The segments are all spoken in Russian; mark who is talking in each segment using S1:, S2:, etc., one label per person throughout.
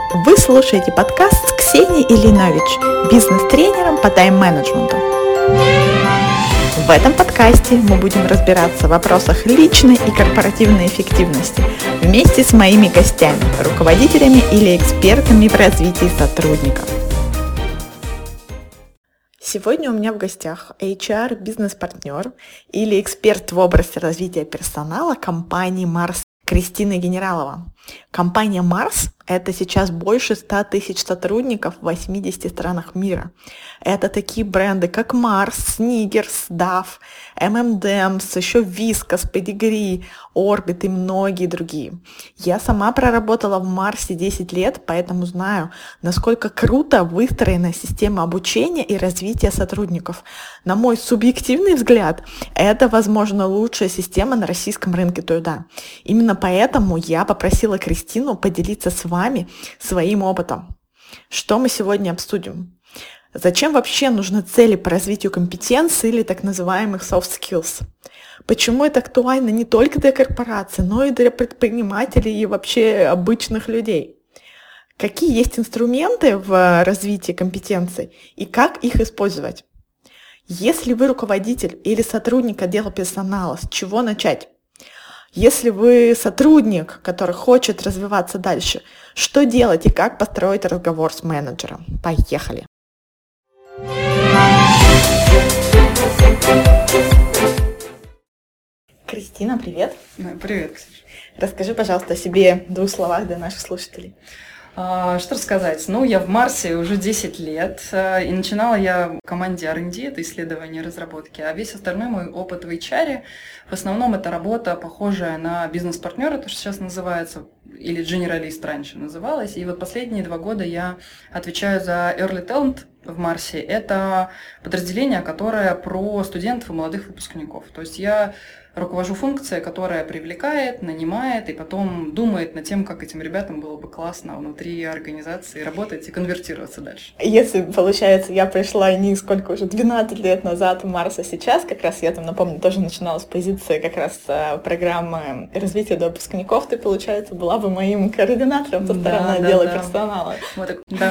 S1: Вы слушаете подкаст с Ксенией Ильинович, бизнес-тренером по тайм-менеджменту. В этом подкасте мы будем разбираться в вопросах личной и корпоративной эффективности вместе с моими гостями, руководителями или экспертами в развитии сотрудников. Сегодня у меня в гостях HR-бизнес-партнер или эксперт в области развития персонала компании Марс Кристина Генералова. Компания Марс – это сейчас больше 100 тысяч сотрудников в 80 странах мира. Это такие бренды, как Марс, Сникерс, Дав, M&M's, еще Вискас, Педигри, Орбит и многие другие. Я сама проработала в Марсе 10 лет, поэтому знаю, насколько круто выстроена система обучения и развития сотрудников. На мой субъективный взгляд, это, возможно, лучшая система на российском рынке труда. Именно поэтому я попросила Кристину поделиться с вами своим опытом. Что мы сегодня обсудим? Зачем вообще нужны цели по развитию компетенций или так называемых soft skills? Почему это актуально не только для корпораций, но и для предпринимателей и вообще обычных людей? Какие есть инструменты в развитии компетенций и как их использовать? Если вы руководитель или сотрудник отдела персонала, с чего начать? Если вы сотрудник, который хочет развиваться дальше, что делать и как построить разговор с менеджером? Поехали! Кристина, привет!
S2: Привет, Ксюша.
S1: Расскажи, пожалуйста, о себе в 2 словах для наших слушателей.
S2: Что рассказать? Я в Марсе уже 10 лет, и начинала я в команде R&D, это исследование и разработки, а весь остальной мой опыт в HR, в основном это работа, похожая на бизнес-партнера, то, что сейчас называется, или generalist раньше называлось, и вот последние 2 года я отвечаю за Early Talent в Марсе, это подразделение, которое про студентов и молодых выпускников, то есть я руковожу функцией, которая привлекает, нанимает и потом думает над тем, как этим ребятам было бы классно внутри организации работать и конвертироваться дальше.
S1: Если, получается, я пришла не сколько уже, 12 лет назад в Марс, а сейчас, как раз я там, напомню, тоже начинала с позиции как раз программы развития до выпускников, ты, получается, была бы моим координатором со стороны отдела персонала.
S2: Да.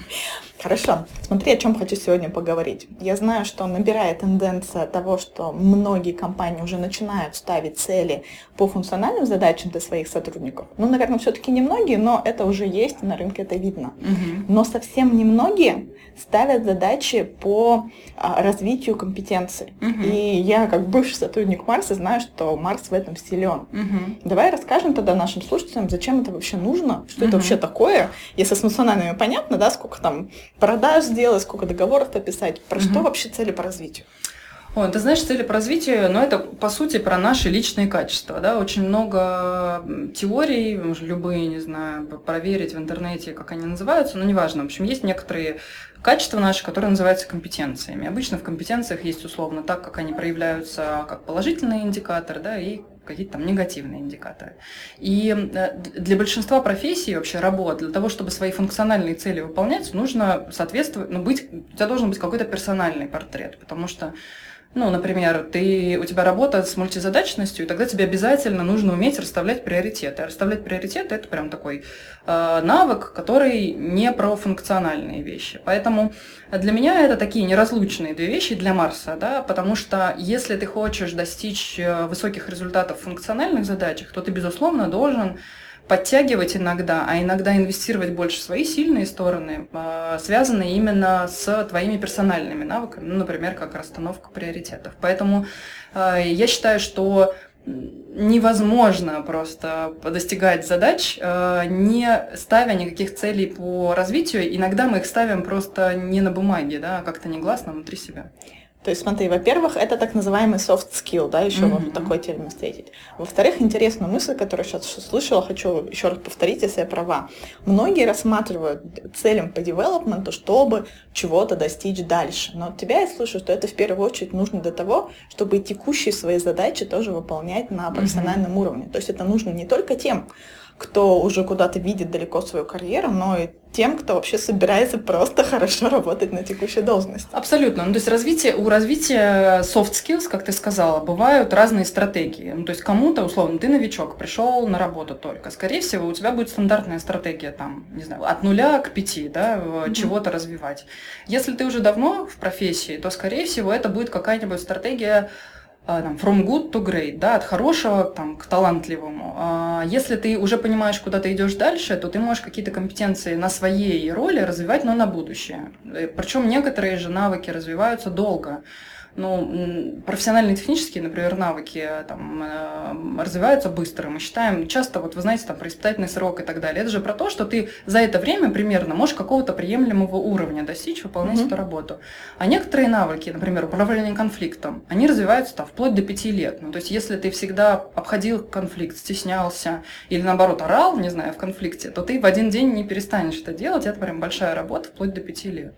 S1: Хорошо. Смотри, о чем хочу сегодня поговорить. Я знаю, что набирает тенденция того, что многие компании уже начинают ставить цели по функциональным задачам для своих сотрудников. Наверное, все-таки немногие, но это уже есть, и на рынке это видно. Но совсем немногие ставят задачи по развитию компетенций. И я, как бывший сотрудник Марса, знаю, что Марс в этом силен. Давай расскажем тогда нашим слушателям, зачем это вообще нужно, что это вообще такое. Если с функциональными понятно, да, сколько там продаж сделать, сколько договоров подписать, про что вообще цели по развитию?
S2: Ты знаешь, цели по развитию, это по сути про наши личные качества, да, очень много теорий, можно любые, не знаю, проверить в интернете, как они называются, но неважно, в общем, есть некоторые качества наши, которые называются компетенциями. Обычно в компетенциях есть условно так, как они проявляются как положительные индикаторы, да, и какие-то там негативные индикаторы. И для большинства профессий, вообще работ, для того, чтобы свои функциональные цели выполнять, нужно соответствовать, у тебя должен быть какой-то персональный портрет, потому что например, у тебя работа с мультизадачностью, и тогда тебе обязательно нужно уметь расставлять приоритеты. А расставлять приоритеты – это прям такой навык, который не про функциональные вещи. Поэтому для меня это такие неразлучные 2 вещи для Марса, да, потому что если ты хочешь достичь высоких результатов в функциональных задачах, то ты, безусловно, должен подтягивать иногда, а иногда инвестировать больше в свои сильные стороны, связанные именно с твоими персональными навыками, например, как расстановка приоритетов. Поэтому я считаю, что невозможно просто достигать задач, не ставя никаких целей по развитию. Иногда мы их ставим просто не на бумаге, да, а как-то негласно внутри себя.
S1: То есть, смотри, во-первых, это так называемый soft skill, да, еще можно такой термин встретить. Во-вторых, интересную мысль, которую я сейчас слышала, хочу еще раз повторить, если я права. Многие рассматривают целям по девелопменту, чтобы чего-то достичь дальше. Но от тебя я слышу, что это в первую очередь нужно для того, чтобы текущие свои задачи тоже выполнять на профессиональном уровне. То есть это нужно не только тем, кто уже куда-то видит далеко свою карьеру, но и тем, кто вообще собирается просто хорошо работать на текущей должности.
S2: Абсолютно. Ну, то есть у развития soft skills, как ты сказала, бывают разные стратегии. Ну, то есть кому-то, условно, ты новичок, пришел на работу только. Скорее всего, у тебя будет стандартная стратегия, там, не знаю, от 0 к 5, да, чего-то развивать. Если ты уже давно в профессии, то, скорее всего, это будет какая-нибудь стратегия там, from good to great, да, от хорошего там, к талантливому. Если ты уже понимаешь, куда ты идешь дальше, то ты можешь какие-то компетенции на своей роли развивать, но на будущее. Причем некоторые же навыки развиваются долго. Ну, профессиональные технические, например, навыки там, развиваются быстро. Мы считаем часто, вот вы знаете, там, про испытательный срок и так далее. Это же про то, что ты за это время примерно можешь какого-то приемлемого уровня достичь, выполнять эту работу. А некоторые навыки, например, управление конфликтом, они развиваются там, вплоть до 5 лет. Ну, то есть, если ты всегда обходил конфликт, стеснялся или, наоборот, орал, не знаю, в конфликте, то ты в один день не перестанешь это делать. Это прям большая работа, вплоть до 5 лет.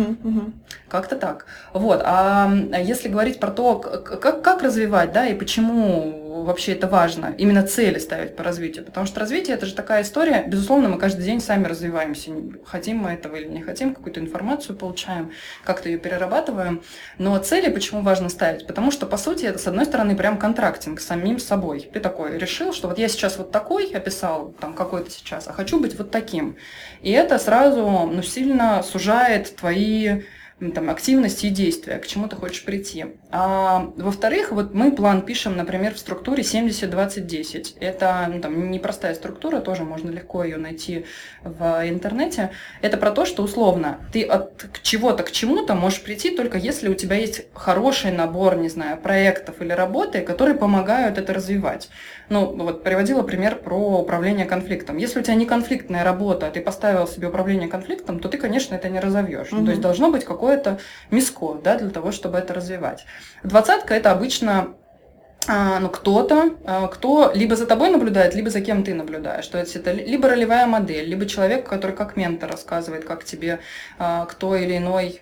S2: Как-то так. Вот. А если говорить про то, как развивать, да, и почему вообще это важно, именно цели ставить по развитию, потому что развитие – это же такая история, безусловно, мы каждый день сами развиваемся, хотим мы этого или не хотим, какую-то информацию получаем, как-то ее перерабатываем, но цели почему важно ставить? Потому что, по сути, это, с одной стороны, прям контрактинг с самим собой. Ты такой решил, что вот я сейчас вот такой, описал там какой-то сейчас, а хочу быть вот таким. И это сразу, сильно сужает твои там, активности и действия, к чему ты хочешь прийти. А во-вторых, вот мы план пишем, например, в структуре 70-20-10. Это там, непростая структура, тоже можно легко ее найти в интернете. Это про то, что условно ты от чего-то к чему-то можешь прийти только если у тебя есть хороший набор, не знаю, проектов или работы, которые помогают это развивать. Ну, вот приводила пример про управление конфликтом. Если у тебя не конфликтная работа, а ты поставил себе управление конфликтом, то ты, конечно, это не разовьешь. То есть должно быть какое-то миско, да, для того, чтобы это развивать. 20-ка – это обычно кто-то, кто либо за тобой наблюдает, либо за кем ты наблюдаешь. То есть это либо ролевая модель, либо человек, который как ментор рассказывает, как тебе кто или иной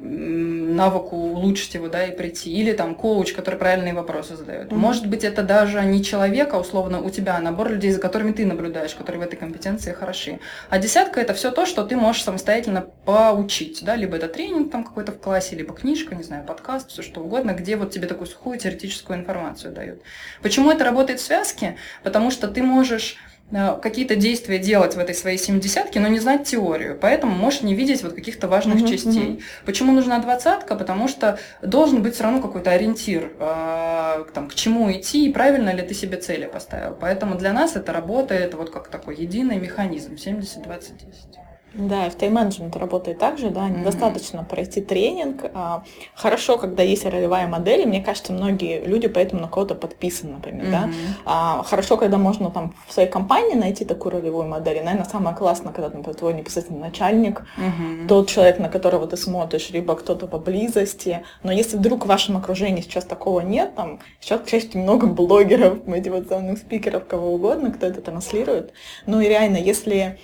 S2: навыку улучшить его, да, и прийти. Или там коуч, который правильные вопросы задает. Может быть, это даже не человек, а условно у тебя набор людей, за которыми ты наблюдаешь, которые в этой компетенции хороши. А 10-ка – это все то, что ты можешь самостоятельно поучить, да, либо это тренинг там какой-то в классе, либо книжка, не знаю, подкаст, все что угодно, где вот тебе такую сухую теоретическую информацию дают. Почему это работает в связке? Потому что ты можешь какие-то действия делать в этой своей 70-ке, но не знать теорию. Поэтому можешь не видеть вот каких-то важных частей. Почему нужна 20-ка? Потому что должен быть все равно какой-то ориентир, там, к чему идти, и правильно ли ты себе цели поставил. Поэтому для нас это работает вот как такой единый механизм 70-20-10.
S1: Да, и в тайм-менеджмент работает так же, да, недостаточно пройти тренинг. Хорошо, когда есть ролевая модель, и мне кажется, многие люди поэтому на кого-то подписаны, например, да. Хорошо, когда можно там в своей компании найти такую ролевую модель, и, наверное, самое классное, когда, например, твой непосредственно начальник, тот человек, на которого ты смотришь, либо кто-то поблизости. Но если вдруг в вашем окружении сейчас такого нет, там сейчас, к счастью, много блогеров, мотивационных спикеров, кого угодно, кто это транслирует. Ну и реально, если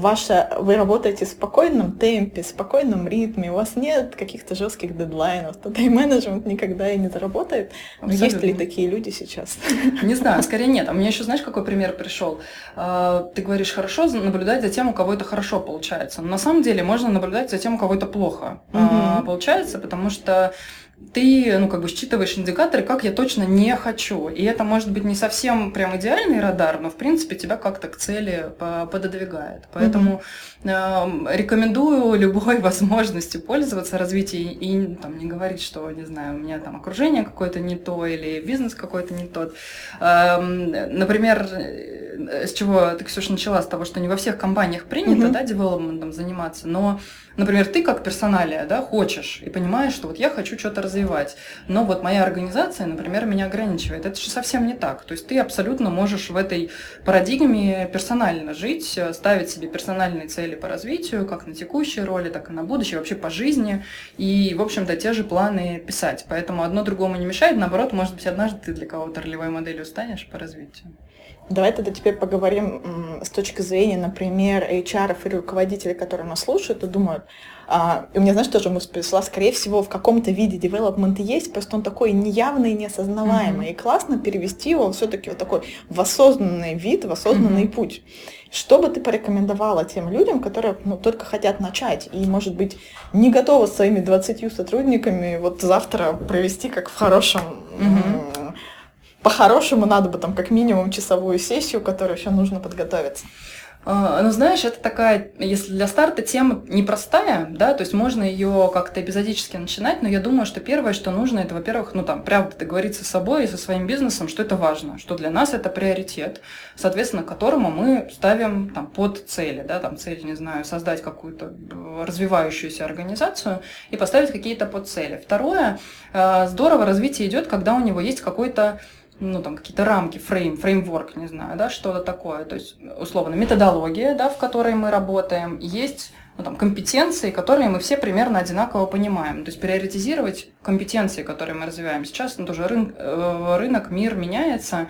S1: вы работаете в спокойном темпе, в спокойном ритме, у вас нет каких-то жестких дедлайнов, то тайм-менеджмент никогда и не заработает. Но есть ли такие люди сейчас?
S2: Не знаю, скорее нет. А мне еще, знаешь, какой пример пришел? Ты говоришь, хорошо наблюдать за тем, у кого это хорошо получается. Но на самом деле можно наблюдать за тем, у кого это плохо получается, потому что ты, считываешь индикаторы, как я точно не хочу. И это может быть не совсем прям идеальный радар, но, в принципе, тебя как-то к цели пододвигает. Поэтому рекомендую любой возможностью пользоваться развитием и там, не говорить, что, не знаю, у меня там окружение какое-то не то или бизнес какой-то не тот. Например, с чего ты, Ксюша, начала, с того, что не во всех компаниях принято, да, девелопментом заниматься, но, например, ты как персоналия, да, хочешь и понимаешь, что вот я хочу что-то развивать, но вот моя организация, например, меня ограничивает. Это же совсем не так. То есть ты абсолютно можешь в этой парадигме персонально жить, ставить себе персональные цели по развитию, как на текущей роли, так и на будущее, вообще по жизни, и, в общем-то, те же планы писать. Поэтому одно другому не мешает, наоборот, может быть, однажды ты для кого-то ролевой моделью станешь по развитию.
S1: Давай тогда теперь поговорим с точки зрения, например, HR и руководителей, которые нас слушают и думают, и у меня, знаешь, тоже мысль пришла, скорее всего, в каком-то виде девелопмент есть, просто он такой неявный, неосознаваемый, и классно перевести его все-таки вот такой в осознанный вид, в осознанный путь. Что бы ты порекомендовала тем людям, которые только хотят начать и, может быть, не готовы с своими 20 сотрудниками вот завтра провести как в хорошем... По-хорошему надо бы там как минимум часовую сессию, которой еще нужно подготовиться.
S2: Ну, знаешь, это такая, если для старта тема непростая, да, то есть можно ее как-то эпизодически начинать, но я думаю, что первое, что нужно, это, во-первых, правда, договориться с собой и со своим бизнесом, что это важно, что для нас это приоритет, соответственно, к которому мы ставим там под цели, да, там цель, не знаю, создать какую-то развивающуюся организацию и поставить какие-то подцели. Второе, здорово развитие идет, когда у него есть какой-то какие-то рамки, фреймворк, не знаю, да, что-то такое. То есть, условно, методология, да, в которой мы работаем, есть компетенции, которые мы все примерно одинаково понимаем. То есть приоритизировать компетенции, которые мы развиваем. Сейчас тоже рынок, мир меняется,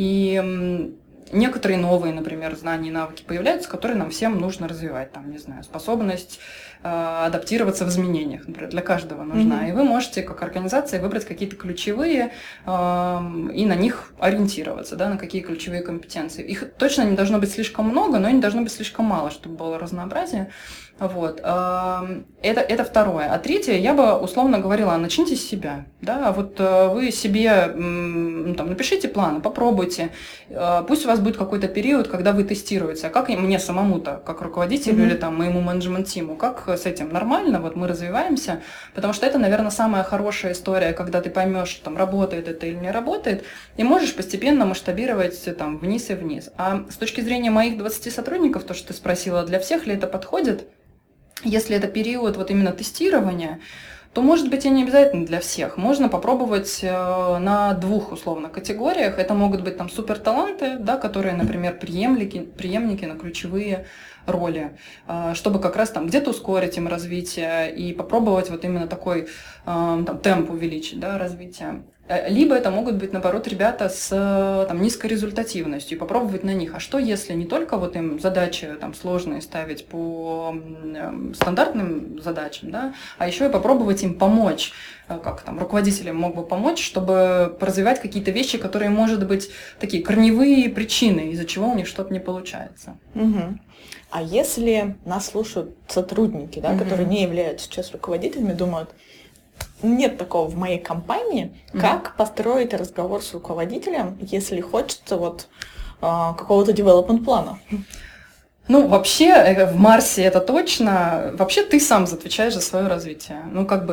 S2: и некоторые новые, например, знания и навыки появляются, которые нам всем нужно развивать. Там, не знаю, способность адаптироваться в изменениях, например, для каждого нужна. И вы можете, как организация, выбрать какие-то ключевые и на них ориентироваться, да, на какие ключевые компетенции. Их точно не должно быть слишком много, но и не должно быть слишком мало, чтобы было разнообразие. Вот. Это второе. А третье, я бы условно говорила, начните с себя. Да? Вот вы себе напишите планы, попробуйте. Пусть у вас будет какой-то период, когда вы тестируете. А как мне самому-то, как руководителю или моему менеджмент-тиму, как с этим нормально, вот мы развиваемся, потому что это, наверное, самая хорошая история, когда ты поймешь, работает это или не работает, и можешь постепенно масштабировать вниз и вниз. А с точки зрения моих 20 сотрудников, то, что ты спросила, для всех ли это подходит? Если это период именно тестирования, то, может быть, и не обязательно для всех. Можно попробовать на 2 условно категориях. Это могут быть суперталанты, да, которые, например, преемники на ключевые роли, чтобы как раз где-то ускорить им развитие и попробовать именно такой темп увеличить, да, развития. Либо это могут быть, наоборот, ребята с низкой результативностью, и попробовать на них. А что, если не только им задачи сложные ставить по стандартным задачам, да, а еще и попробовать им помочь, как руководителям мог бы помочь, чтобы развивать какие-то вещи, которые, может быть, такие корневые причины, из-за чего у них что-то не получается.
S1: А если нас слушают сотрудники, да, которые не являются сейчас руководителями, думают, нет такого в моей компании, как построить разговор с руководителем, если хочется какого-то девелопмент-плана?
S2: Вообще, в Марсе это точно. Вообще, ты сам отвечаешь за свое развитие.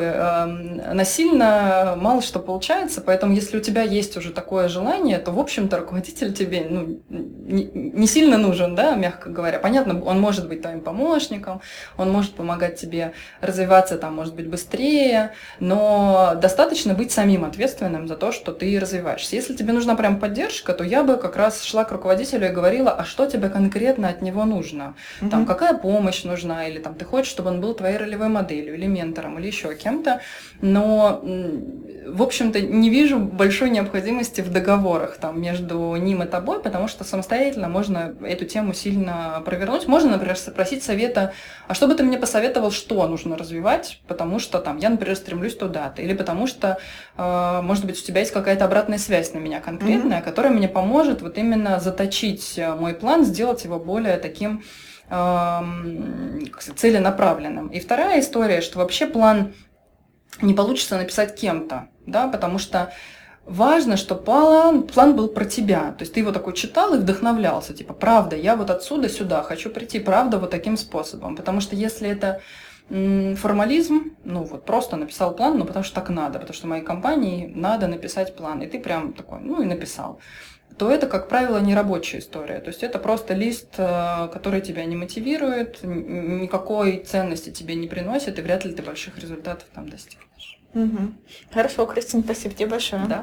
S2: Насильно мало что получается, поэтому если у тебя есть уже такое желание, то, в общем-то, руководитель тебе не сильно нужен, да, мягко говоря. Понятно, он может быть твоим помощником, он может помогать тебе развиваться, может быть, быстрее, но достаточно быть самим ответственным за то, что ты развиваешься. Если тебе нужна прям поддержка, то я бы как раз шла к руководителю и говорила, а что тебе конкретно от него нужно? Какая помощь нужна, или ты хочешь, чтобы он был твоей ролевой моделью, или ментором, или еще кем-то, но, в общем-то, не вижу большой необходимости в договорах между ним и тобой, потому что самостоятельно можно эту тему сильно провернуть. Можно, например, спросить совета, а что бы ты мне посоветовал, что нужно развивать, потому что я, например, стремлюсь туда-то, или потому что, может быть, у тебя есть какая-то обратная связь на меня конкретная, которая мне поможет именно заточить мой план, сделать его более таким целенаправленным. И вторая история, что вообще план не получится написать кем-то, да, потому что важно, чтобы план был про тебя. То есть ты его такой читал и вдохновлялся, правда, я отсюда сюда хочу прийти, правда, таким способом. Потому что если это формализм, просто написал план, потому что так надо, потому что моей компании надо написать план, и ты прям такой, и написал, то это, как правило, не рабочая история. То есть это просто лист, который тебя не мотивирует, никакой ценности тебе не приносит, и вряд ли ты больших результатов достигнешь.
S1: Хорошо, Кристина, спасибо тебе большое.
S2: Да.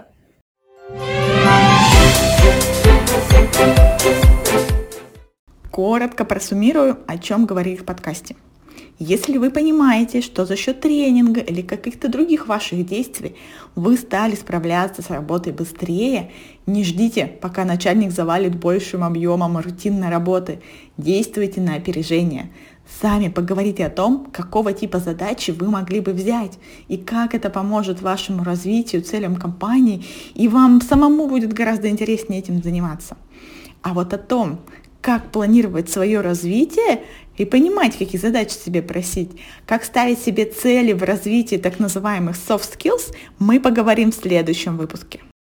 S1: Коротко просуммирую, о чем говорили в подкасте. Если вы понимаете, что за счет тренинга или каких-то других ваших действий вы стали справляться с работой быстрее, не ждите, пока начальник завалит большим объемом рутинной работы. Действуйте на опережение. Сами поговорите о том, какого типа задачи вы могли бы взять и как это поможет вашему развитию, целям компании, и вам самому будет гораздо интереснее этим заниматься. А вот о том, как планировать свое развитие и понимать, какие задачи себе просить, как ставить себе цели в развитии так называемых soft skills, мы поговорим в следующем выпуске.